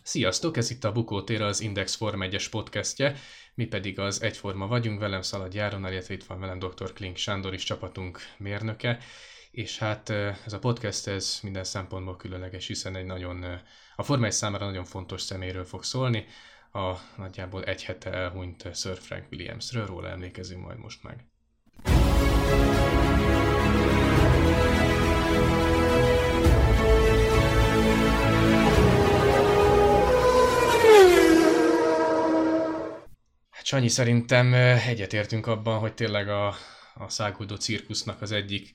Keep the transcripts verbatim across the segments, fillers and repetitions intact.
Sziasztok, ez itt a Bukótér, az Index Form egyes podcastje, mi pedig az Egyforma vagyunk, velem Szalad Járon, illetve itt van velem doktor Klink Sándor is, csapatunk mérnöke, és hát ez a podcast ez minden szempontból különleges, hiszen egy nagyon, a Forma egy számára nagyon fontos személyről fog szólni, a nagyjából egy hete elhunyt Sir Frank Williamsről, róla emlékezünk majd most meg. Sanyi, szerintem egyetértünk abban, hogy tényleg a, a száguldó cirkusznak az egyik,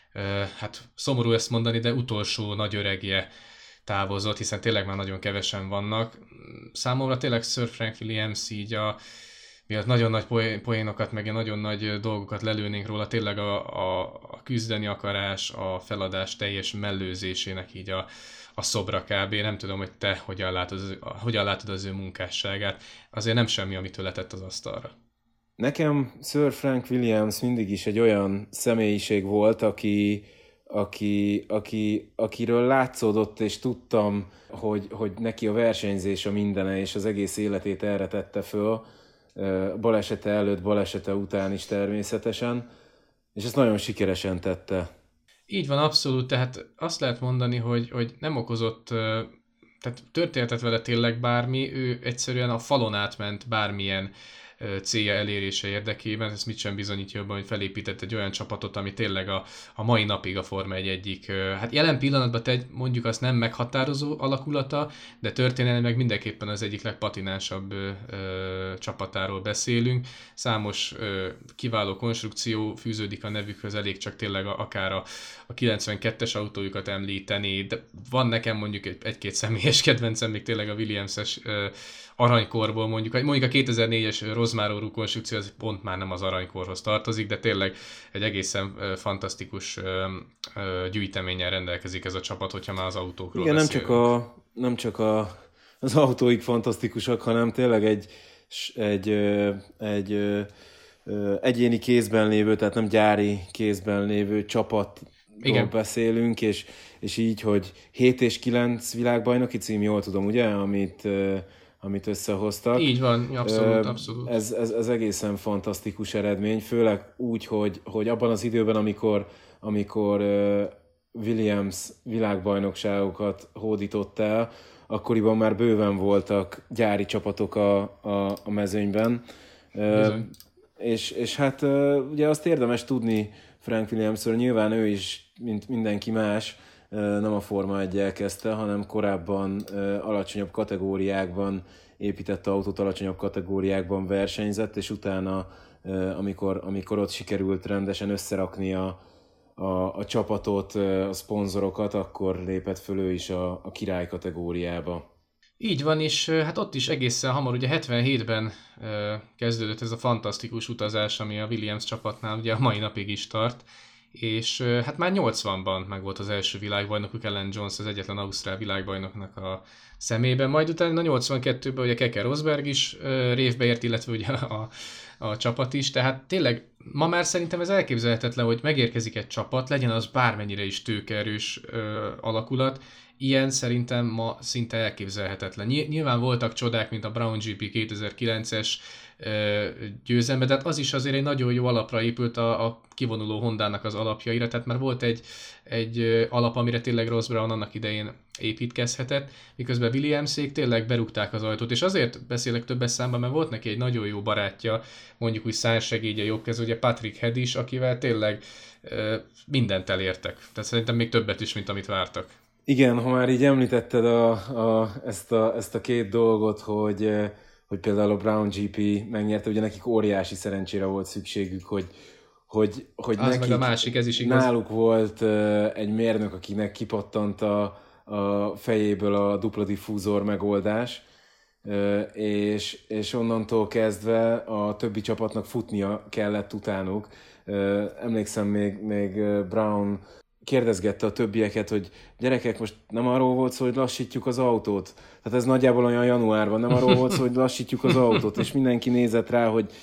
hát szomorú ezt mondani, de utolsó nagy öregje távozott, hiszen tényleg már nagyon kevesen vannak. Számomra tényleg Sir Frank Williams így a, miatt nagyon nagy poénokat, meg nagyon nagy dolgokat lelőnénk róla, tényleg a, a, a küzdeni akarás, a feladás teljes mellőzésének így a a szobra kb. Nem tudom, hogy te hogyan látod, az, hogyan látod az ő munkásságát. Azért nem semmi, amit ő letett az asztalra. Nekem Sir Frank Williams mindig is egy olyan személyiség volt, aki, aki, aki, akiről látszódott, és tudtam, hogy, hogy neki a versenyzés a mindene, és az egész életét erre tette föl, balesete előtt, balesete után is természetesen, és ezt nagyon sikeresen tette. Így van, abszolút, tehát azt lehet mondani, hogy, hogy nem okozott, tehát történhetett vele tényleg bármi, ő egyszerűen a falon átment bármilyen célja elérése érdekében, ez mit sem bizonyítja jobban, hogy felépített egy olyan csapatot, ami tényleg a, a mai napig a Forma egy egyik, hát jelen pillanatban te mondjuk azt nem meghatározó alakulata, de történelmileg mindenképpen az egyik legpatinánsabb ö, ö, csapatáról beszélünk. Számos ö, kiváló konstrukció fűződik a nevükhöz, elég csak tényleg a, akár a, a kilencvenkettes autójukat említeni, de van nekem mondjuk egy, egy-két személyes kedvencem, még tényleg a Williams-es ö, aranykorból mondjuk, mondjuk a kétezer-négyes Rosmaro konstrukció az pont már nem az aranykorhoz tartozik, de tényleg egy egészen fantasztikus gyűjteménnyel rendelkezik ez a csapat, hogyha már az autókról Igen, beszélünk. nem csak, a, nem csak a, az autóik fantasztikusak, hanem tényleg egy, egy, egy, egy egyéni kézben lévő, tehát nem gyári kézben lévő csapatról Igen. beszélünk, és, és így, hogy hét és kilenc világbajnoki cím, jól tudom, ugye, amit amit összehoztak. Így van, abszolút, abszolút. Ez, ez, ez egészen fantasztikus eredmény, főleg úgy, hogy, hogy abban az időben, amikor, amikor Williams világbajnokságokat hódított el, akkoriban már bőven voltak gyári csapatok a, a, a mezőnyben. Bizony. És, és hát ugye azt érdemes tudni Frank Williamsről, nyilván ő is, mint mindenki más, nem a Forma egyel kezdte, hanem korábban alacsonyabb kategóriákban épített autót, alacsonyabb kategóriákban versenyzett, és utána, amikor, amikor ott sikerült rendesen összerakni a, a, a csapatot, a szponzorokat, akkor lépett föl ő is a, a király kategóriába. Így van, és hát ott is egészen hamar, ugye hetvenhétben kezdődött ez a fantasztikus utazás, ami a Williams csapatnál ugye a mai napig is tart, és hát már nyolcvanban meg volt az első világbajnokuk, Alan Jones az egyetlen ausztrál világbajnoknak a szemében, majd utána a nyolcvankettőben ugye Keke Rosberg is révbe ért, illetve ugye a, a csapat is, tehát tényleg ma már szerintem ez elképzelhetetlen, hogy megérkezik egy csapat, legyen az bármennyire is tőkeerős ö, alakulat, ilyen szerintem ma szinte elképzelhetetlen. Nyilván voltak csodák, mint a Brown gé pé kétezer-kilences győzelme, de az is azért egy nagyon jó alapra épült a, a kivonuló Hondának az alapjaira, tehát már volt egy, egy alap, amire tényleg Ross Brown annak idején építkezhetett, miközben Williamsék tényleg berúgták az ajtót, és azért beszélek többes számban, mert volt neki egy nagyon jó barátja, mondjuk úgy szánsegédje, jobbkez, ugye Patrick Head is, akivel tényleg mindent elértek. Tehát szerintem még többet is, mint amit vártak. Igen, ha már így említetted a, a, ezt, a, ezt a két dolgot, hogy, hogy például a Brown gé pé megnyerte, ugye nekik óriási szerencsére volt szükségük, hogy, hogy, hogy az nekik, meg a másik, ez is igaz. Náluk volt egy mérnök, akinek kipattant a, a fejéből a dupla diffúzor megoldás, és, és onnantól kezdve a többi csapatnak futnia kellett utánuk. Emlékszem, még, még Brown kérdezgette a többieket, hogy gyerekek, most nem arról volt szó, hogy lassítjuk az autót? Tehát ez nagyjából olyan januárban, nem arról volt szó, hogy lassítjuk az autót, és mindenki nézett rá, hogy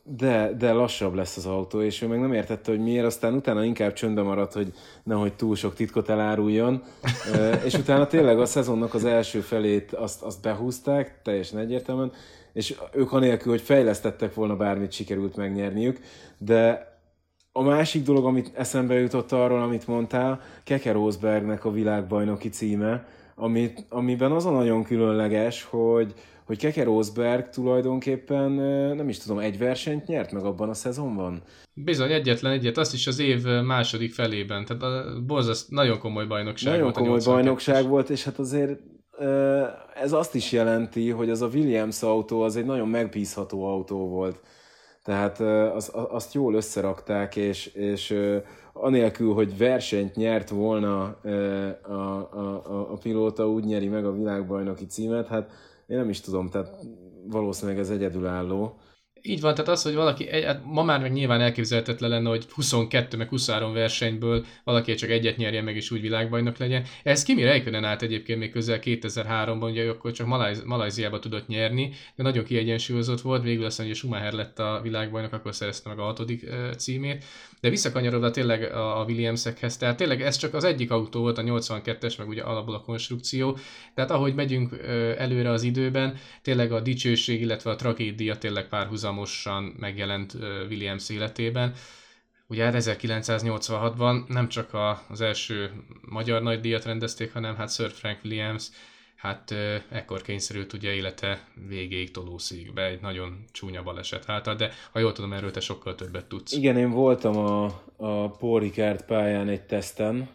de, de lassabb lesz az autó, és ő meg nem értette, hogy miért, aztán utána inkább csöndbe maradt, hogy nehogy túl sok titkot eláruljon, és utána tényleg a szezonnak az első felét azt, azt behúzták, teljesen egyértelműen, és ők anélkül, hogy fejlesztettek volna, bármit sikerült megnyerniük, de a másik dolog, amit eszembe jutott arról, amit mondtál, Keke Rosbergnek a világbajnoki címe, amit, amiben az a nagyon különleges, hogy, hogy Keke Rosberg tulajdonképpen, nem is tudom, egy versenyt nyert meg abban a szezonban? Bizony, egyetlen egyet, azt is az év második felében, tehát a borzaszt, nagyon komoly bajnokság nagyon volt. Nagyon komoly bajnokság volt, és hát azért ez azt is jelenti, hogy az a Williams autó az egy nagyon megbízható autó volt. Tehát az, azt jól összerakták, és, és anélkül, hogy versenyt nyert volna a, a, a, a pilóta, úgy nyeri meg a világbajnoki címet, hát én nem is tudom, tehát valószínűleg ez egyedülálló. Így van, tehát az, hogy valaki, hát ma már meg nyilván elképzelhetetlen lenne, hogy huszonkettő meg huszonhárom versenyből valaki csak egyet nyerje meg, és úgy világbajnok legyen. Ez Kimi Räikkönen állt egyébként még közel kétezer-háromban, ugye akkor csak Malajz, Malajziába tudott nyerni, de nagyon kiegyensúlyozott volt, végül aztán ugye Schumacher lett a világbajnok, akkor szerezte meg a hatodik címét. De visszakanyarodva tényleg a Williamsekhez, tehát tényleg ez csak az egyik autó volt, a nyolcvankettes, meg ugye alapból a konstrukció, tehát ahogy megyünk előre az időben, tényleg a dicsőség, illetve a tragédia tényleg párhuzamosan megjelent Williams életében. Ugye ezerkilencszáznyolcvanhatban nem csak az első magyar nagydíjat rendezték, hanem hát Sir Frank Williams, hát ekkor kényszerült ugye élete végéig tolószékbe, egy nagyon csúnya baleset által, de ha jól tudom, erről te sokkal többet tudsz. Igen, én voltam a, a Paul Ricard pályán egy teszten,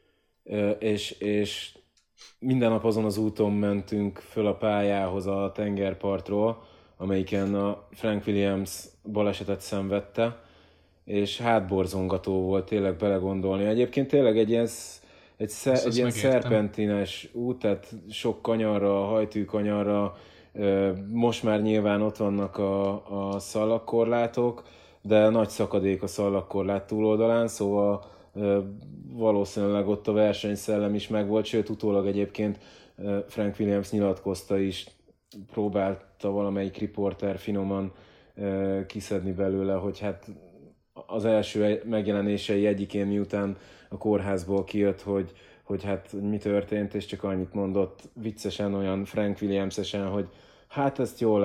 és, és minden nap azon az úton mentünk föl a pályához a tengerpartról, amelyiken a Frank Williams balesetet szenvedte, és hátborzongató volt tényleg belegondolni. Egyébként tényleg egy ilyen egy, sze, egy ilyen szerpentines út, tehát sok kanyarra, hajtűkanyarra, most már nyilván ott vannak a, a szalagkorlátok, de nagy szakadék a szalagkorlát túloldalán, szóval valószínűleg ott a versenyszellem is megvolt, sőt utólag egyébként Frank Williams nyilatkozta is, próbálta valamelyik riporter finoman kiszedni belőle, hogy hát az első megjelenései egyikén, miután a kórházból kijött, hogy, hogy hát mi történt, és csak annyit mondott viccesen, olyan Frank Williams-esen, hogy hát ezt jól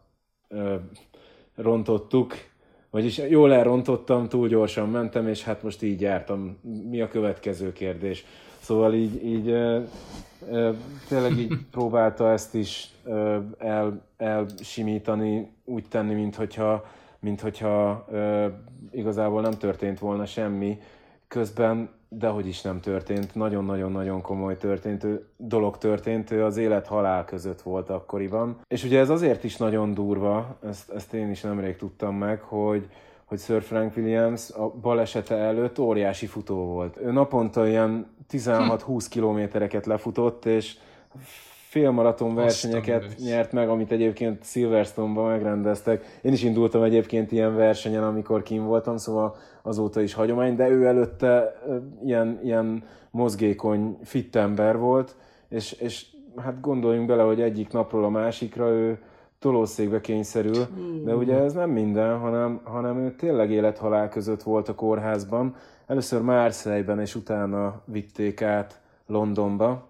elrontottuk, vagyis jól elrontottam, túl gyorsan mentem, és hát most így jártam. Mi a következő kérdés? Szóval így, így e, e, tényleg így próbálta ezt is e, el, elsimítani, úgy tenni, minthogyha, minthogyha e, igazából nem történt volna semmi. Közben, dehogy is nem történt, nagyon-nagyon-nagyon komoly történt, dolog történt, ő az élet-halál között volt akkoriban. És ugye ez azért is nagyon durva, ezt, ezt én is nemrég tudtam meg, hogy, hogy Sir Frank Williams a balesete előtt óriási futó volt. Ő naponta ilyen tizenhat-húsz kilométereket lefutott, és félmaraton versenyeket Aztán nyert meg, amit egyébként Silverstone-ban megrendeztek. Én is indultam egyébként ilyen versenyen, amikor kim voltam, szóval azóta is hagyomány, de ő előtte ilyen, ilyen mozgékony, fit ember volt, és, és hát gondoljunk bele, hogy egyik napról a másikra ő tolószékbe kényszerül, de ugye ez nem minden, hanem, hanem ő tényleg élet-halál között volt a kórházban. Először Marseille-ben, és utána vitték át Londonba,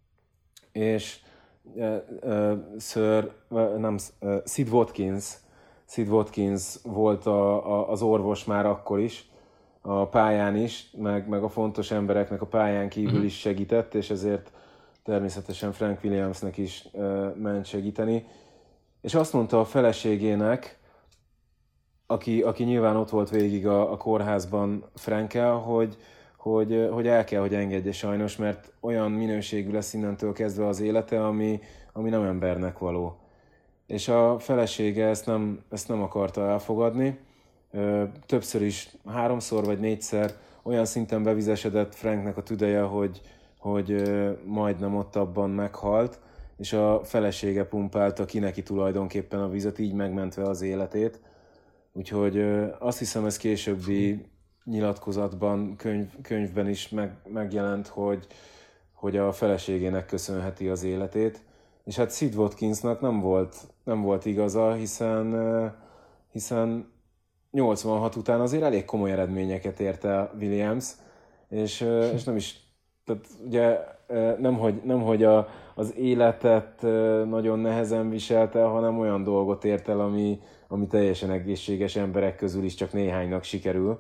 és uh, uh, Sir, uh, nem, uh, Sid Watkins, Sid Watkins volt a, a, az orvos már akkor is, a pályán is, meg, meg a fontos embereknek a pályán kívül is segített, és ezért természetesen Frank Williamsnek is uh, ment segíteni. És azt mondta a feleségének, aki, aki nyilván ott volt végig a, a kórházban Frankel, hogy, hogy, hogy el kell, hogy engedje sajnos, mert olyan minőségű lesz innentől kezdve az élete, ami, ami nem embernek való. És a felesége ezt nem, ezt nem akarta elfogadni. Többször is, háromszor vagy négyszer olyan szinten bevizesedett Franknek a tüdeje, hogy, hogy majdnem ott abban meghalt, és a felesége pumpálta ki neki tulajdonképpen a vizet, így megmentve az életét. Úgyhogy azt hiszem, ez későbbi nyilatkozatban, könyv, könyvben is meg, megjelent, hogy, hogy a feleségének köszönheti az életét. És hát Sid Watkinsnak nem volt, nem volt igaza, hiszen, hiszen nyolcvanhat után azért elég komoly eredményeket ért el Williams, és, és nem is, tehát ugye nemhogy, nemhogy a, az életet nagyon nehezen viselte, hanem olyan dolgot ért el, ami, ami teljesen egészséges emberek közül is csak néhánynak sikerül.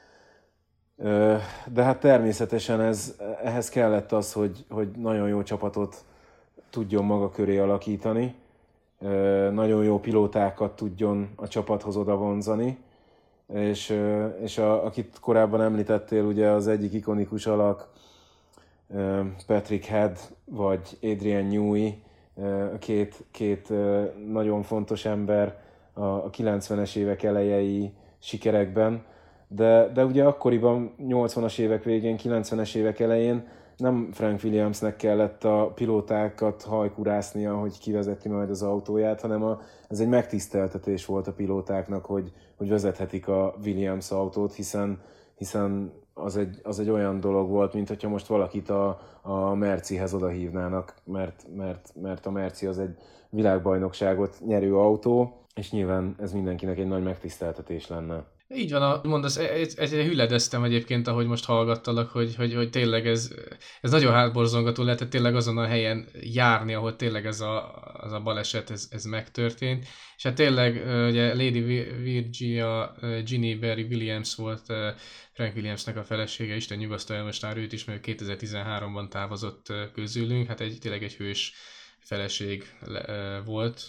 De hát természetesen ez, ehhez kellett az, hogy, hogy nagyon jó csapatot tudjon maga köré alakítani, nagyon jó pilótákat tudjon a csapathoz odavonzani, és, és a, akit korábban említettél, ugye az egyik ikonikus alak, Patrick Head vagy Adrian Newey, két, két nagyon fontos ember a kilencvenes évek elejei sikerekben, de, de ugye akkoriban, nyolcvanas évek végén, kilencvenes évek elején nem Frank Williamsnek kellett a pilótákat hajkurásznia, hogy kivezeti majd az autóját, hanem a, ez egy megtiszteltetés volt a pilótáknak, hogy, hogy vezethetik a Williams autót, hiszen, hiszen az, egy, az egy olyan dolog volt, mint hogyha most valakit a, a Mercihez odahívnának, mert, mert, mert a Merci az egy világbajnokságot nyerő autó, és nyilván ez mindenkinek egy nagy megtiszteltetés lenne. Így van, a, mondasz, egyre hüledeztem egyébként, ahogy most hallgattalak, hogy, hogy, hogy tényleg ez, ez nagyon hátborzongató lehetett tényleg azon a helyen járni, ahol tényleg ez a, az a baleset, ez, ez megtörtént. És hát tényleg ugye Lady Virginia Ginny Berry Williams volt Frank Williamsnek a felesége, Isten nyugasztalja most már őt is, mert kétezer-tizenháromban távozott közülünk, hát egy, tényleg egy hős feleség volt.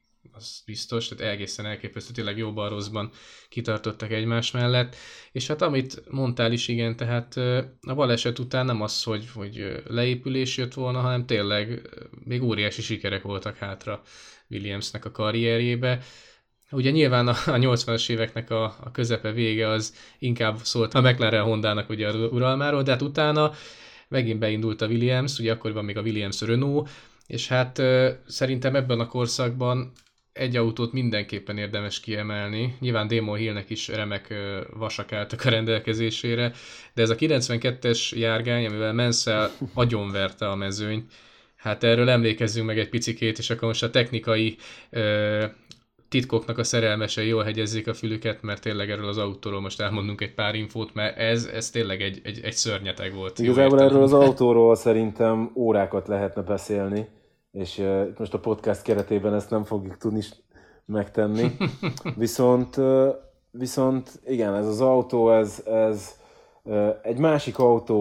Az biztos, tehát egészen elképesztő, tényleg jóban, rosszban kitartottak egymás mellett. És hát amit mondtál is, igen, tehát a baleset után nem az, hogy, hogy leépülés jött volna, hanem tényleg még óriási sikerek voltak hátra Williamsnek a karrierjébe. Ugye nyilván a nyolcvanas éveknek a, a közepe vége az inkább szólt a McLaren Hondának ugye a uralmáról, de hát utána megint beindult a Williams, ugye akkoriban még a Williams Renault, és hát szerintem ebben a korszakban egy autót mindenképpen érdemes kiemelni. Nyilván Damon Hillnek is remek vasak álltak a rendelkezésére, de ez a kilencvenkettes járgány, amivel Mansell agyonverte a mezőnyt, hát erről emlékezzünk meg egy picikét, és akkor most a technikai ö, titkoknak a szerelmesei jól hegyezzék a fülüket, mert tényleg erről az autóról most elmondunk egy pár infót, mert ez, ez tényleg egy, egy, egy szörnyeteg volt. Igazából erről az autóról szerintem órákat lehetne beszélni, és uh, most a podcast keretében ezt nem fogjuk tudni megtenni. Viszont, uh, viszont igen, ez az autó, ez, ez uh, egy másik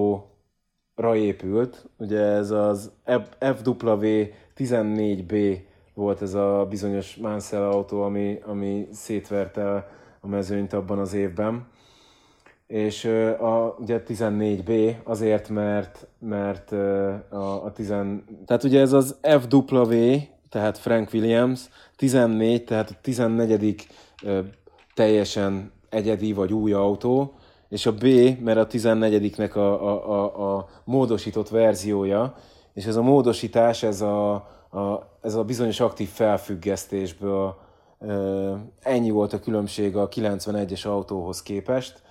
autóra épült, ugye ez az F W tizennégy B volt ez a bizonyos Mansell autó, ami, ami szétverte a mezőnyt abban az évben. És a, ugye tizennégy B azért, mert, mert a, a tizen... Tehát ugye ez az F W, tehát Frank Williams, tizennégy, tehát a tizennegyedik teljesen egyedi vagy új autó, és a B, mert a tizennegyediknek a, a, a, a módosított verziója, és ez a módosítás, ez a, a, ez a bizonyos aktív felfüggesztésből ennyi volt a különbség a kilencvenegyes autóhoz képest.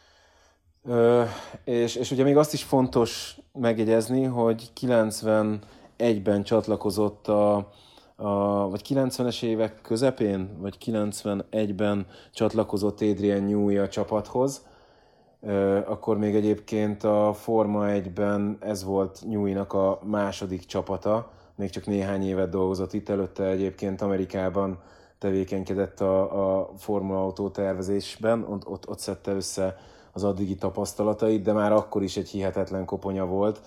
Ö, és, és ugye még azt is fontos megjegyezni, hogy kilencvenegyben csatlakozott a, a vagy kilencvenes évek közepén, vagy kilencvenegyben csatlakozott Adrian Newey a csapathoz. Ö, akkor még egyébként a Forma egyben ez volt Newey-nak a második csapata, még csak néhány évet dolgozott itt, előtte egyébként Amerikában tevékenykedett a, a Formula Autó tervezésben, ott, ott, ott szedte össze az addigi tapasztalatait, de már akkor is egy hihetetlen koponya volt.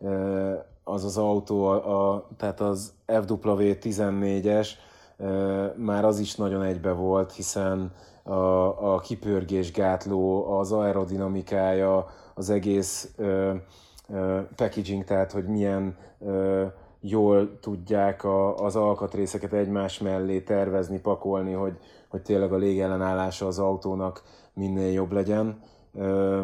Az az autó, a, a, tehát az F W tizennégyes már az is nagyon egybe volt, hiszen a, a kipörgésgátló, az aerodinamikája, az egész ö, ö, packaging, tehát hogy milyen ö, jól tudják a, az alkatrészeket egymás mellé tervezni, pakolni, hogy, hogy tényleg a légellenállása az autónak minél jobb legyen. Ö,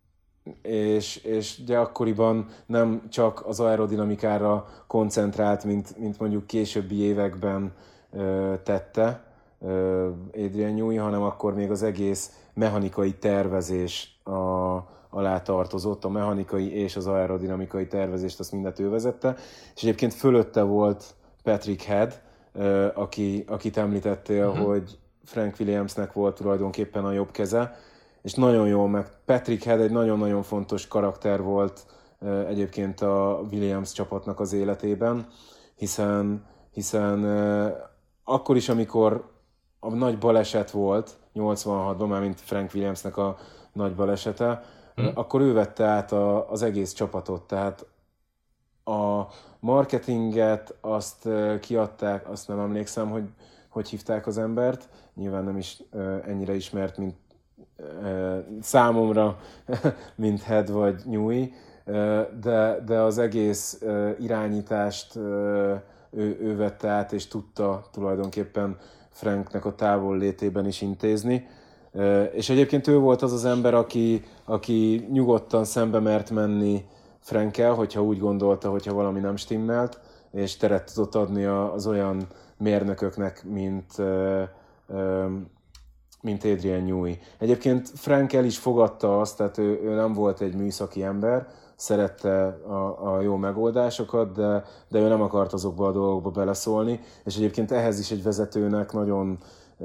és, és ugye akkoriban nem csak az aerodinamikára koncentrált, mint, mint mondjuk későbbi években ö, tette ö, Adrian Newey, hanem akkor még az egész mechanikai tervezés a, alá tartozott, a mechanikai és az aerodinamikai tervezést, azt mindet ő vezette, és egyébként fölötte volt Patrick Head, ö, aki, akit említettél, uh-huh. hogy Frank Williamsnek volt tulajdonképpen a jobb keze, és nagyon jól meg Patrick Head egy nagyon-nagyon fontos karakter volt egyébként a Williams csapatnak az életében, hiszen, hiszen akkor is, amikor a nagy baleset volt, nyolcvanhatban, már mint Frank Williamsnek a nagy balesete, hmm. akkor ő vette át a, az egész csapatot, tehát a marketinget azt kiadták, azt nem emlékszem, hogy hogy hívták az embert, nyilván nem is ennyire ismert, mint számomra, mint Head vagy Newey, de, de az egész irányítást ő, ő vette át, és tudta tulajdonképpen Franknek a távollétében is intézni. És egyébként ő volt az az ember, aki, aki nyugodtan szembe mert menni Frankkel, hogyha úgy gondolta, hogyha valami nem stimmelt, és teret tudott adni az olyan mérnököknek, mint, mint Adrian Newey. Egyébként Frank el is fogadta azt, tehát ő, ő nem volt egy műszaki ember, szerette a, a jó megoldásokat, de, de ő nem akart azokba a dolgokba beleszólni, és egyébként ehhez is egy vezetőnek nagyon,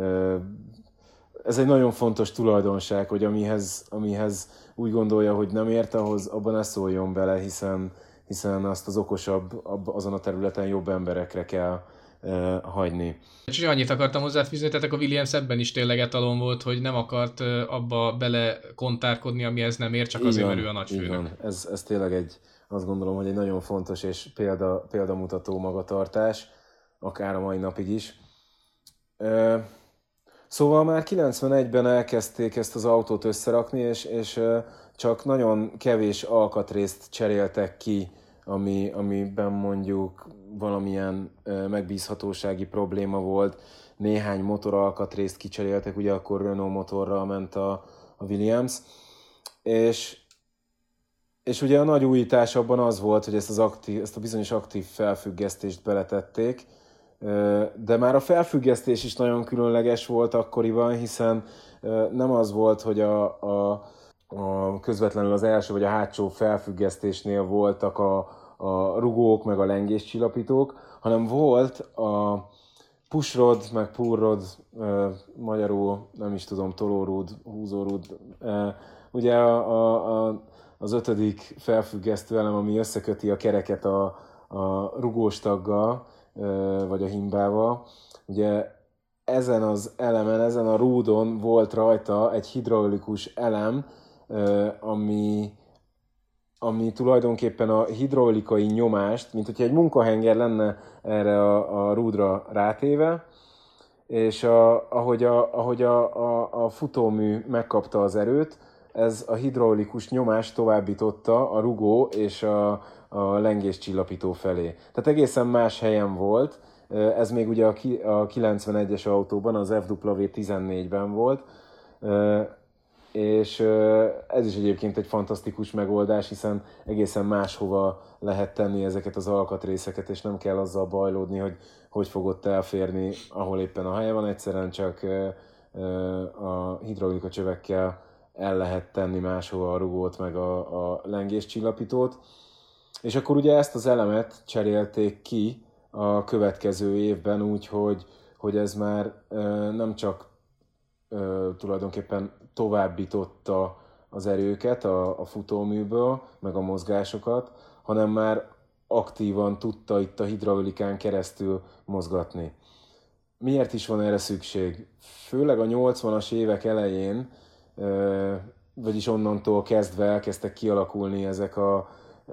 ez egy nagyon fontos tulajdonság, hogy amihez, amihez úgy gondolja, hogy nem ért, ahhoz abban ne szóljon bele, hiszen, hiszen azt az okosabb, azon a területen jobb emberekre kell uh, hagyni. És annyit akartam hozzáfűzni, tehát a Williams ebben is tényleg etalon volt, hogy nem akart abba bele kontárkodni, amihez nem ér, csak így azért, van, mert ő a nagyfőnök. Ez, ez tényleg egy, azt gondolom, hogy egy nagyon fontos és példa, példamutató magatartás, akár a mai napig is. Uh, Szóval már kilencvenegyben elkezdték ezt az autót összerakni, és, és csak nagyon kevés alkatrészt cseréltek ki, ami, amiben mondjuk valamilyen megbízhatósági probléma volt. Néhány motor alkatrészt kicseréltek, ugye akkor Renault motorral ment a, a Williams. És, és ugye a nagy újítás abban az volt, hogy ezt, az aktív, ezt a bizonyos aktív felfüggesztést beletették, de már a felfüggesztés is nagyon különleges volt akkoriban, hiszen nem az volt, hogy a, a, a közvetlenül az első vagy a hátsó felfüggesztésnél voltak a, a rugók meg a lengéscsillapítók, hanem volt a pushrod meg pullrod, magyarul nem is tudom, tolórúd, húzórúd, ugye a, a, a, az ötödik felfüggesztő elem, ami összeköti a kereket a, a rugóstaggal, vagy a himbával. Ugye ezen az elemen, ezen a rúdon volt rajta egy hidraulikus elem, ami, ami tulajdonképpen a hidraulikai nyomást, mint hogyha egy munkahenger lenne erre a, a rúdra rátéve, és a, ahogy, a, ahogy a, a, a futómű megkapta az erőt, ez a hidraulikus nyomást továbbította a rugó és a, a lengéscsillapító felé. Tehát egészen más helyen volt, ez még ugye a kilencvenegyes autóban, az F W tizennégyben volt, és ez is egyébként egy fantasztikus megoldás, hiszen egészen máshova lehet tenni ezeket az alkatrészeket, és nem kell azzal bajlódni, hogy hogy fog ott elférni, ahol éppen a helye van, egyszerűen csak a hidraulika csövekkel el lehet tenni máshova a rugót, meg a, a lengéscsillapítót. És akkor ugye ezt az elemet cserélték ki a következő évben úgy, hogy, hogy ez már nem csak tulajdonképpen továbbította az erőket a, a futóműből, meg a mozgásokat, hanem már aktívan tudta itt a hidraulikán keresztül mozgatni. Miért is van erre szükség? Főleg a nyolcvanas évek elején, vagyis onnantól kezdve elkezdtek kialakulni ezek a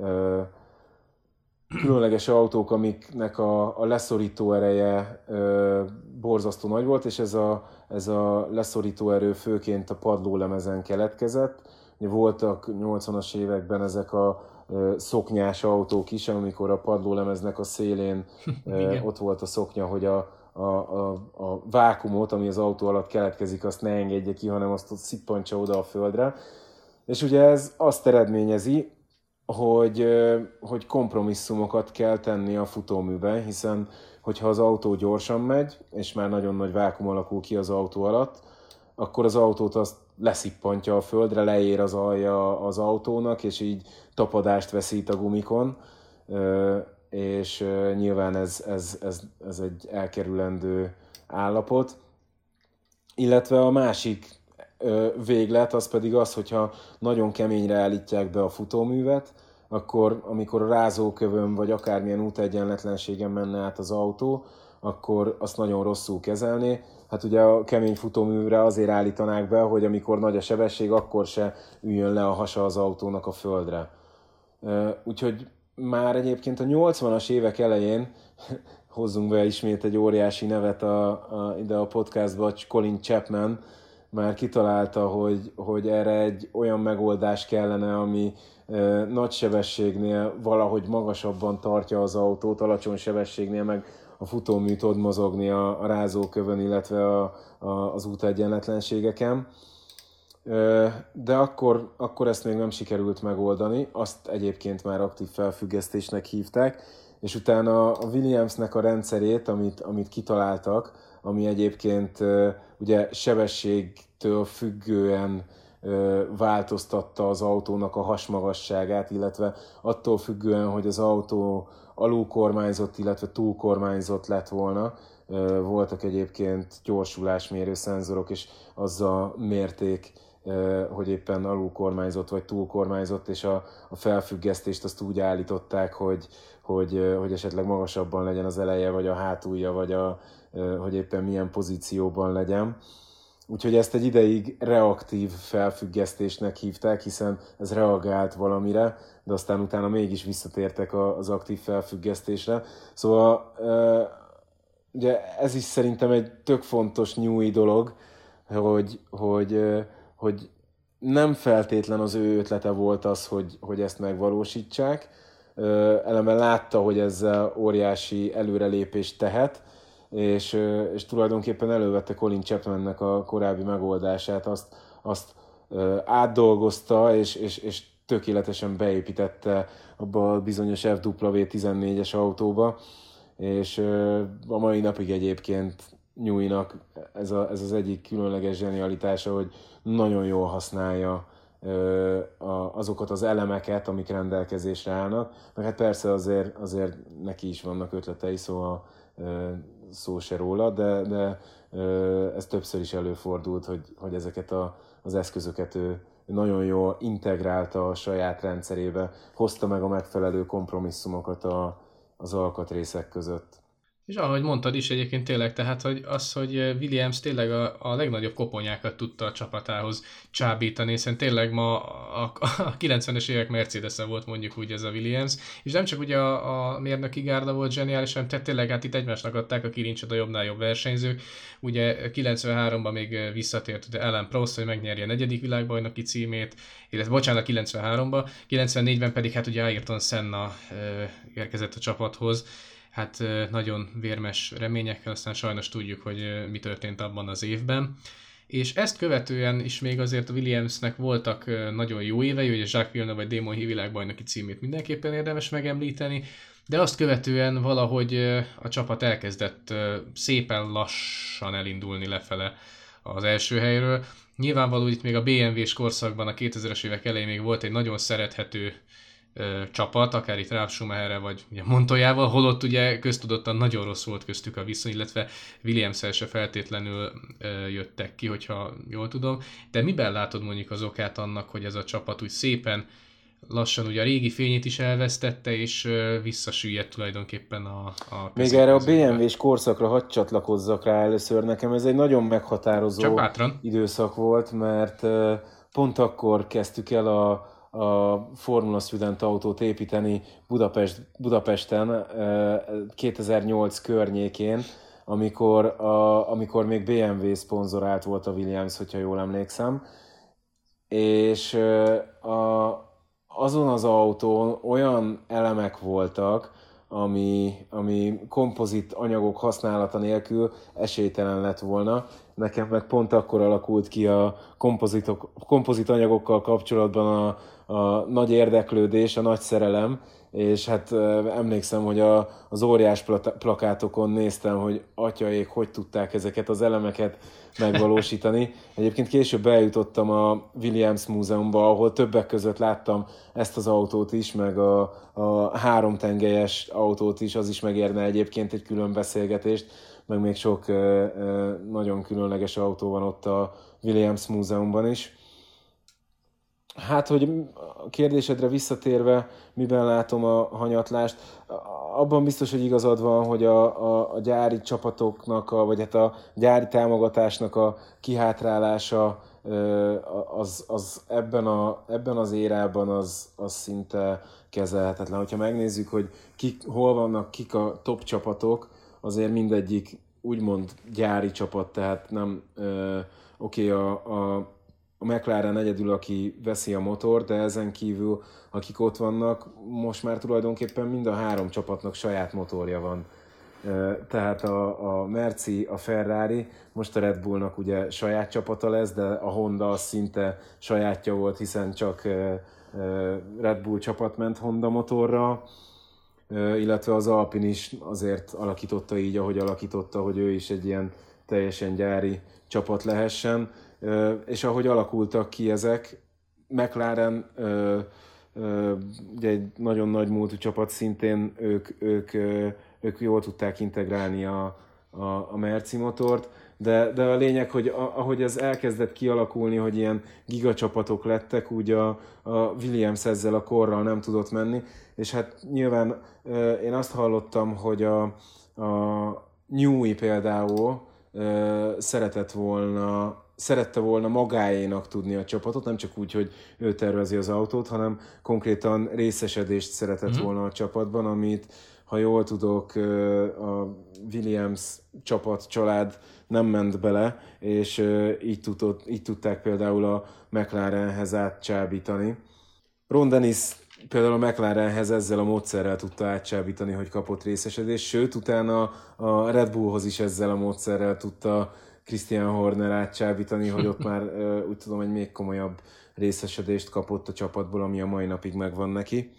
különleges autók, amiknek a, a leszorító ereje ö, borzasztó nagy volt, és ez a, ez a leszorító erő főként a padlólemezen keletkezett. Voltak nyolcvanas években ezek a ö, szoknyás autók is, amikor a padlólemeznek a szélén ö, ott volt a szoknya, hogy a, a, a, a vákumot, ami az autó alatt keletkezik, azt ne engedje ki, hanem azt szippantsa oda a földre. És ugye ez azt eredményezi, hogy, hogy kompromisszumokat kell tenni a futóműben, hiszen hogyha az autó gyorsan megy, és már nagyon nagy vákum alakul ki az autó alatt, akkor az autót azt leszippantja a földre, leér az alja az autónak, és így tapadást veszít a gumikon, és nyilván ez, ez, ez, ez egy elkerülendő állapot. illetve a másik ö, véglet az pedig az, hogyha nagyon keményre állítják be a futóművet, akkor amikor a rázókövön vagy akármilyen útegyenletlenségen menne át az autó, akkor azt nagyon rosszul kezelné. Hát ugye a kemény futóművre azért állítanák be, hogy amikor nagy a sebesség, akkor se üljön le a hasa az autónak a földre. Úgyhogy már egyébként a nyolcvanas évek elején hozzunk be ismét egy óriási nevet a, a, ide a podcastba, Colin Chapman már kitalálta, hogy, hogy erre egy olyan megoldás kellene, ami e, nagy sebességnél valahogy magasabban tartja az autót, alacsony sebességnél meg a futómű tud mozogni a, a rázókövön, illetve a, a, az útegyenletlenségeken. E, de akkor, akkor ezt még nem sikerült megoldani, azt egyébként már aktív felfüggesztésnek hívták, és utána a Williamsnek a rendszerét, amit, amit kitaláltak, ami egyébként ugye sebességtől függően változtatta az autónak a hasmagasságát, illetve attól függően, hogy az autó alulkormányzott, illetve túlkormányzott lett volna. Voltak egyébként gyorsulásmérő szenzorok, és azzal mérték, hogy éppen alulkormányzott vagy túlkormányzott, és a, a felfüggesztést azt úgy állították, hogy, hogy, hogy esetleg magasabban legyen az eleje, vagy a hátulja, vagy a, hogy éppen milyen pozícióban legyen. Úgyhogy ezt egy ideig reaktív felfüggesztésnek hívták, hiszen ez reagált valamire, de aztán utána mégis visszatértek az aktív felfüggesztésre. Szóval ugye ez is szerintem egy tök fontos nyúi dolog, hogy, hogy, hogy nem feltétlen az ő ötlete volt az, hogy, hogy ezt megvalósítsák. Ellenben látta, hogy ezzel óriási előrelépést tehet, és, és tulajdonképpen elővette Colin Chapmannek a korábbi megoldását, azt, azt átdolgozta, és, és, és tökéletesen beépítette abba a bizonyos F W tizennégyes autóba, és a mai napig egyébként Newey-nak ez, a, ez az egyik különleges zsenialitása, hogy nagyon jól használja azokat az elemeket, amik rendelkezésre állnak, meg hát persze azért, azért neki is vannak ötletei, szóval szó se róla, de, de ez többször is előfordult, hogy, hogy ezeket a, az eszközöket ő nagyon jól integrálta a saját rendszerébe, hozta meg a megfelelő kompromisszumokat a, az alkatrészek között. És ahogy mondtad is egyébként tényleg, tehát hogy az, hogy Williams tényleg a, a legnagyobb koponyákat tudta a csapatához csábítani, hiszen tényleg ma a, a kilencvenes évek Mercedes-e volt mondjuk úgy ez a Williams, és nem csak ugye a, a mérnöki gárda volt zseniális, hanem tehát tényleg hát itt egymásnak adták a kilincset a jobbnál jobb versenyzők. Ugye kilencvenháromban még visszatért ugye Alain Prost, hogy megnyerje a negyedik világbajnoki címét, illetve bocsánat, kilencvenháromban, kilencvennégyben pedig hát ugye Ayrton Senna érkezett a csapathoz, hát nagyon vérmes reményekkel, aztán sajnos tudjuk, hogy mi történt abban az évben. És ezt követően is még azért a Williamsnek voltak nagyon jó évei, hogy a Jacques Villeneuve vagy Damon Hill világbajnoki címét mindenképpen érdemes megemlíteni, de azt követően valahogy a csapat elkezdett szépen lassan elindulni lefele az első helyről. Nyilvánvaló itt még a bé em vé-s korszakban a kétezres évek elején még volt egy nagyon szerethető csapat, akár itt Ralf Schumacherrel vagy ugye Montoyával, holott ugye köztudottan nagyon rossz volt köztük a viszony, illetve Williams-el se feltétlenül jöttek ki, hogyha jól tudom. De miben látod mondjuk az okát annak, hogy ez a csapat úgy szépen lassan ugye a régi fényét is elvesztette, és visszasüllyedt tulajdonképpen a, a Még erre a bé em vé-s korszakra hadd csatlakozzak rá először. Nekem ez egy nagyon meghatározó időszak volt, mert pont akkor kezdtük el a a Formula Student autót építeni Budapest, Budapesten kétezer-nyolc környékén, amikor, a, amikor még bé em vé szponzorált volt a Williams, hogyha jól emlékszem. És a, azon az autón olyan elemek voltak, ami, ami kompozit anyagok használata nélkül esélytelen lett volna. Nekem meg pont akkor alakult ki a kompozitok, kompozit anyagokkal kapcsolatban a, a nagy érdeklődés, a nagy szerelem, és hát emlékszem, hogy a, az óriás plakátokon néztem, hogy atyaék, hogy tudták ezeket az elemeket megvalósítani. Egyébként később eljutottam a Williams Múzeumba, ahol többek között láttam ezt az autót is, meg a, a háromtengelyes autót is, az is megérne egyébként egy külön beszélgetést, meg még sok nagyon különleges autó van ott a Williams Múzeumban is. Hát, hogy a kérdésedre visszatérve, miben látom a hanyatlást, abban biztos, hogy igazad van, hogy a, a, a gyári csapatoknak, a, vagy hát a gyári támogatásnak a kihátrálása az, az ebben, a, ebben az érában az, az szinte kezelhetetlen. Hogyha megnézzük, hogy kik, hol vannak kik a top csapatok, azért mindegyik úgymond gyári csapat, tehát nem oké, okay, a, a a McLaren egyedül, aki veszi a motor, de ezen kívül, akik ott vannak, most már tulajdonképpen mind a három csapatnak saját motorja van. Tehát a, a Merci, a Ferrari, most a Red Bullnak ugye saját csapata lesz, de a Honda az szinte sajátja volt, hiszen csak Red Bull csapat ment Honda motorra, illetve az Alpine is azért alakította így, ahogy alakította, hogy ő is egy ilyen teljesen gyári csapat lehessen. És ahogy alakultak ki ezek, McLaren ugye egy nagyon nagy múltú csapat, szintén ők, ők, ők jól tudták integrálni a, a, a Merci motort, de, de a lényeg, hogy ahogy ez elkezdett kialakulni, hogy ilyen gigacsapatok lettek, úgy a, a Williams ezzel a korral nem tudott menni, és hát nyilván én azt hallottam, hogy a, a Newey például szeretett volna szerette volna magáénak tudni a csapatot, nem csak úgy, hogy ő tervezi az autót, hanem konkrétan részesedést szeretett mm-hmm. volna a csapatban, amit, ha jól tudok, a Williams csapat, család nem ment bele, és így, tudott, így tudták például a McLarenhez átcsábítani. Ron Dennis például a McLarenhez ezzel a módszerrel tudta átcsábítani, hogy kapott részesedést, sőt, utána a Red Bullhoz is ezzel a módszerrel tudta Christian Horner átcsábítani, hogy ott már úgy tudom, egy még komolyabb részesedést kapott a csapatból, ami a mai napig megvan neki.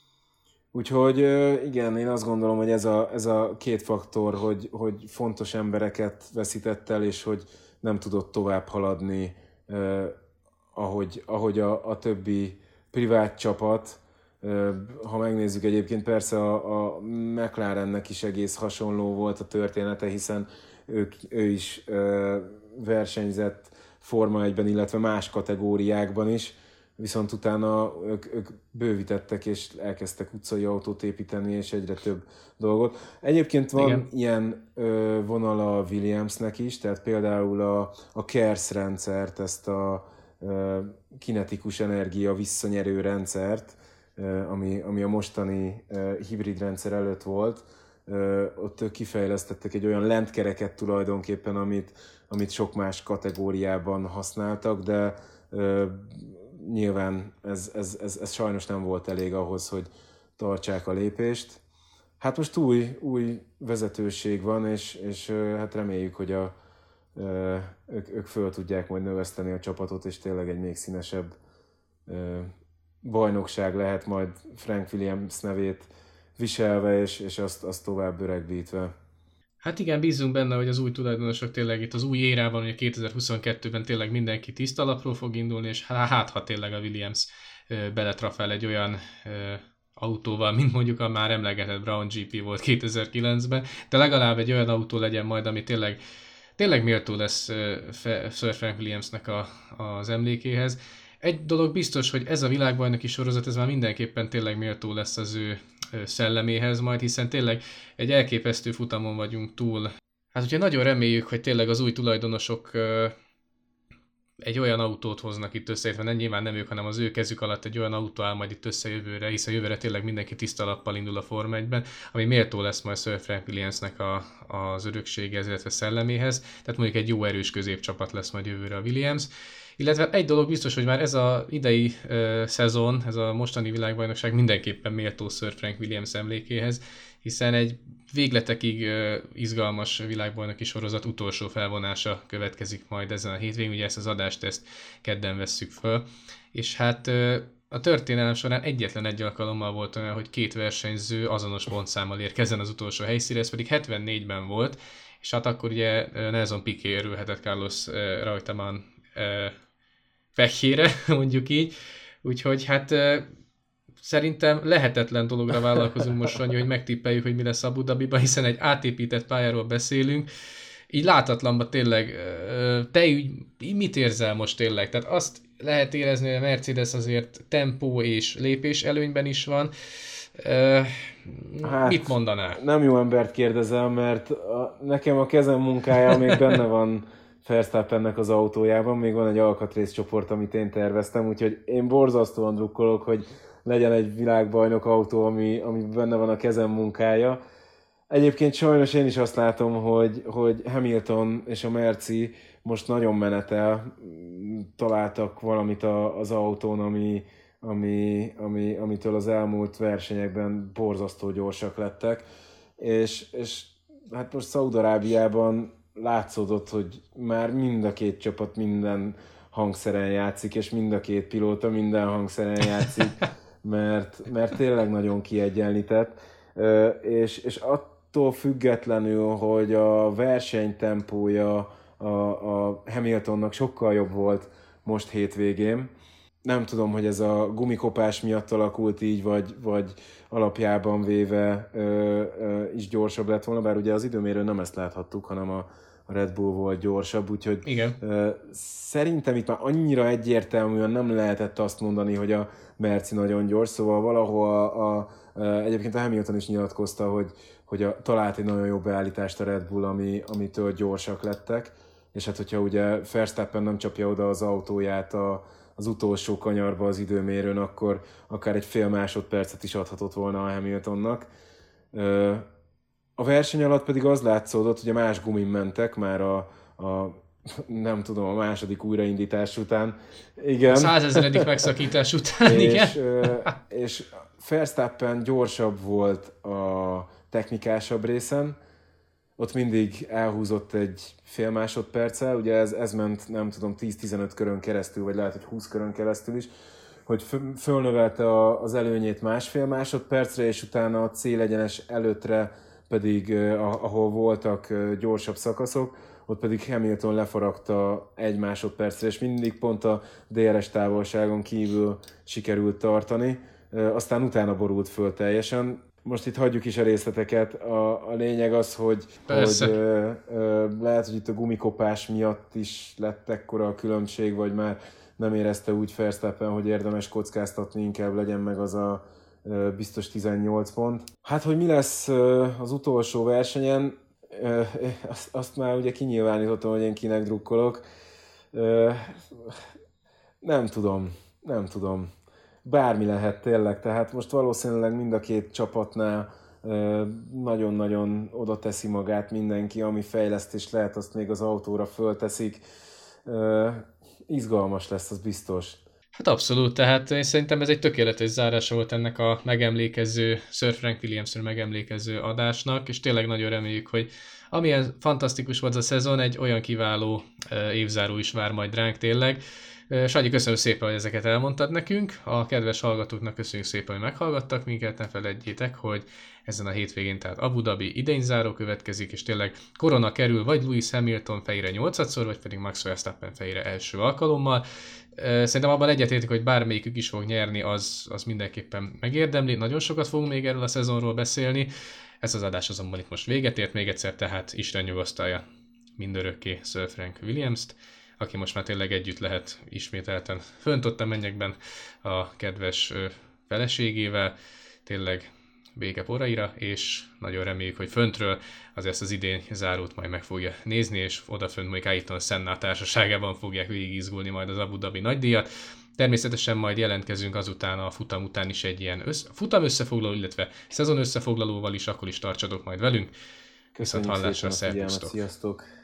Úgyhogy igen, én azt gondolom, hogy ez a, ez a két faktor, hogy, hogy fontos embereket veszített el, és hogy nem tudott tovább haladni, eh, ahogy, ahogy a, a többi privát csapat. Eh, ha megnézzük egyébként, persze a, a McLarennek is egész hasonló volt a története, hiszen ők, ő is ö, versenyzett Forma egyben, illetve más kategóriákban is, viszont utána ők, ők bővítettek és elkezdtek utcai autót építeni, és egyre több dolgot. Egyébként van Igen. ilyen ö, vonal a Williamsnek is, tehát például a, a K E R S rendszert, ezt a ö, kinetikus energia visszanyerő rendszert, ö, ami, ami a mostani ö, hibrid rendszer előtt volt, Ö, ott kifejlesztettek egy olyan lentkereket tulajdonképpen, amit, amit sok más kategóriában használtak, de ö, nyilván ez, ez, ez, ez sajnos nem volt elég ahhoz, hogy tartsák a lépést. Hát most új, új vezetőség van, és, és ö, hát reméljük, hogy a, ö, ők, ők föl tudják majd növeszteni a csapatot, és tényleg egy még színesebb ö, bajnokság lehet majd Frank Williams nevét viselve, és, és azt, azt tovább öregbítve. Hát igen, bízunk benne, hogy az új tulajdonosok tényleg itt az új érában, hogy kétezer-huszonkettőben tényleg mindenki tiszta alapról fog indulni, és hát ha tényleg a Williams beletrafál egy olyan ö, autóval, mint mondjuk a már emlegetett Brown gé pé volt kétezer-kilencben, de legalább egy olyan autó legyen majd, ami tényleg, tényleg méltó lesz Sir Frank Williamsnek a, az emlékéhez. Egy dolog biztos, hogy ez a világbajnoki sorozat, ez már mindenképpen tényleg méltó lesz az ő szelleméhez majd, hiszen tényleg egy elképesztő futamon vagyunk túl. Hát ugye nagyon reméljük, hogy tényleg az új tulajdonosok egy olyan autót hoznak itt össze, mert nyilván nem ők, hanem az ő kezük alatt egy olyan autó áll majd itt össze jövőre, hiszen jövőre tényleg mindenki tiszta lappal indul a Forma egyben, ami méltó lesz majd Sir Frank Williamsnek a, az örökséghez, illetve szelleméhez. Tehát mondjuk egy jó erős középcsapat lesz majd jövőre a Williams. Illetve egy dolog biztos, hogy már ez az idei uh, szezon, ez a mostani világbajnokság mindenképpen méltó Sir Frank Williams emlékéhez, hiszen egy végletekig uh, izgalmas világbajnoki sorozat utolsó felvonása következik majd ezen a hétvégén, ugye ezt az adást ezt kedden vesszük föl, és hát uh, a történelem során egyetlen egy alkalommal volt olyan, hogy két versenyző azonos pontszámmal érkezzen az utolsó helyszínre, ez pedig hetvennégyben volt, és hát akkor ugye Nelson Piquet örülhetett Carlos Reutemann fehjére, mondjuk így. Úgyhogy hát szerintem lehetetlen dologra vállalkozunk most, Sanyi, hogy megtippeljük, hogy mi lesz Abu Dhabiban, hiszen egy átépített pályáról beszélünk. Így látatlanban tényleg, te úgy, mit érzel most tényleg? Tehát azt lehet érezni, hogy a Mercedes azért tempó és lépés előnyben is van. Hát, mit mondanál? Nem jó embert kérdezem, mert a, nekem a kezem munkája még benne van Verstappennek az autójában, még van egy alkatrészcsoport, amit én terveztem, úgyhogy én borzasztóan drukkolok, hogy legyen egy világbajnok autó, ami, ami benne van a kezem munkája. Egyébként sajnos én is azt látom, hogy, hogy Hamilton és a Merci most nagyon menetel, találtak valamit a, az autón, ami, ami, ami, amitől az elmúlt versenyekben borzasztó gyorsak lettek, és, és hát most Szaúd-Arábiában látszódott, hogy már mind a két csapat minden hangszeren játszik, és mind a két pilóta minden hangszeren játszik, mert, mert tényleg nagyon kiegyenlített, és, és attól függetlenül, hogy a versenytempója a, a Hamiltonnak sokkal jobb volt most hétvégén. Nem tudom, hogy ez a gumikopás miatt alakult így, vagy, vagy alapjában véve ö, ö, is gyorsabb lett volna, bár ugye az időmérőn nem ezt láthattuk, hanem a, a Red Bull volt gyorsabb, úgyhogy igen. Ö, szerintem itt már annyira egyértelműen nem lehetett azt mondani, hogy a Merci nagyon gyors, szóval valahol a, a, a, egyébként a Hamilton is nyilatkozta, hogy, hogy a, talált egy nagyon jó beállítást a Red Bull, ami, amitől gyorsak lettek, és hát hogyha ugye Verstappen nem csapja oda az autóját a, az utolsó kanyarba az időmérőn, akkor akár egy fél másodpercet is adhatott volna a Hamiltonnak. A verseny alatt pedig az látszódott, hogy a más gumin mentek már a, a nem tudom, a második újraindítás után. Igen. A százezeredik megszakítás után, és, igen. És Verstappen gyorsabb volt a technikásabb részen, ott mindig elhúzott egy fél másodperccel, ugye ez, ez ment, nem tudom, tíz-tizenöt körön keresztül, vagy lehet, hogy húsz körön keresztül is, hogy fölnövelte a, az előnyét másfél másodpercre, és utána a célegyenes előttre pedig, ahol voltak gyorsabb szakaszok, ott pedig Hamilton lefaragta egy másodpercre, és mindig pont a dé er es távolságon kívül sikerült tartani, aztán utána borult föl teljesen. Most itt hagyjuk is a részleteket. A, a lényeg az, hogy, hogy ö, ö, lehet, hogy itt a gumikopás miatt is lett ekkora a különbség, vagy már nem érezte úgy Verstappen, hogy érdemes kockáztatni, inkább legyen meg az a ö, biztos tizennyolc pont. Hát, hogy mi lesz ö, az utolsó versenyen, ö, azt, azt már ugye kinyilvánítottam, hogy én kinek drukkolok. Ö, nem tudom, nem tudom. Bármi lehet tényleg, tehát most valószínűleg mind a két csapatnál nagyon-nagyon oda teszi magát mindenki, ami fejlesztés lehet, azt még az autóra fölteszik. Izgalmas lesz, az biztos. Hát abszolút, tehát én szerintem ez egy tökéletes zárása volt ennek a megemlékező, Sir Frank Williamsről megemlékező adásnak, és tényleg nagyon reméljük, hogy amilyen fantasztikus volt a szezon, egy olyan kiváló évzáró is vár majd ránk tényleg. Sanyi, köszönöm szépen, hogy ezeket elmondtad nekünk. A kedves hallgatóknak köszönjük szépen, hogy meghallgattak minket. Ne feledjétek, hogy ezen a hétvégén, tehát Abu Dhabi idényzáró következik, és tényleg korona kerül vagy Lewis Hamilton fejére nyolcadszor, vagy pedig Max Verstappen fejére első alkalommal. Szerintem abban egyetértünk, hogy bármelyikük is fog nyerni, az, az mindenképpen megérdemli. Nagyon sokat fogunk még erről a szezonról beszélni. Ez az adás azonban itt most véget ért. Még egyszer tehát Isten nyugosztalja mindörökké Sir Frank Williamst, aki most már tényleg együtt lehet ismételten fönt ott a mennyekben a kedves feleségével, tényleg béke poraira, és nagyon reméljük, hogy föntről azért az idén zárót majd meg fogja nézni, és odafönt mondjuk Ayrton Senna társaságában fogják végigizgulni majd az Abu Dhabi nagydíjat. Természetesen majd jelentkezünk azután a futam után is egy ilyen össze, futam összefoglaló, illetve szezon összefoglalóval is, akkor is tartsatok majd velünk. Köszönjük szépen a figyelmet, sziasztok!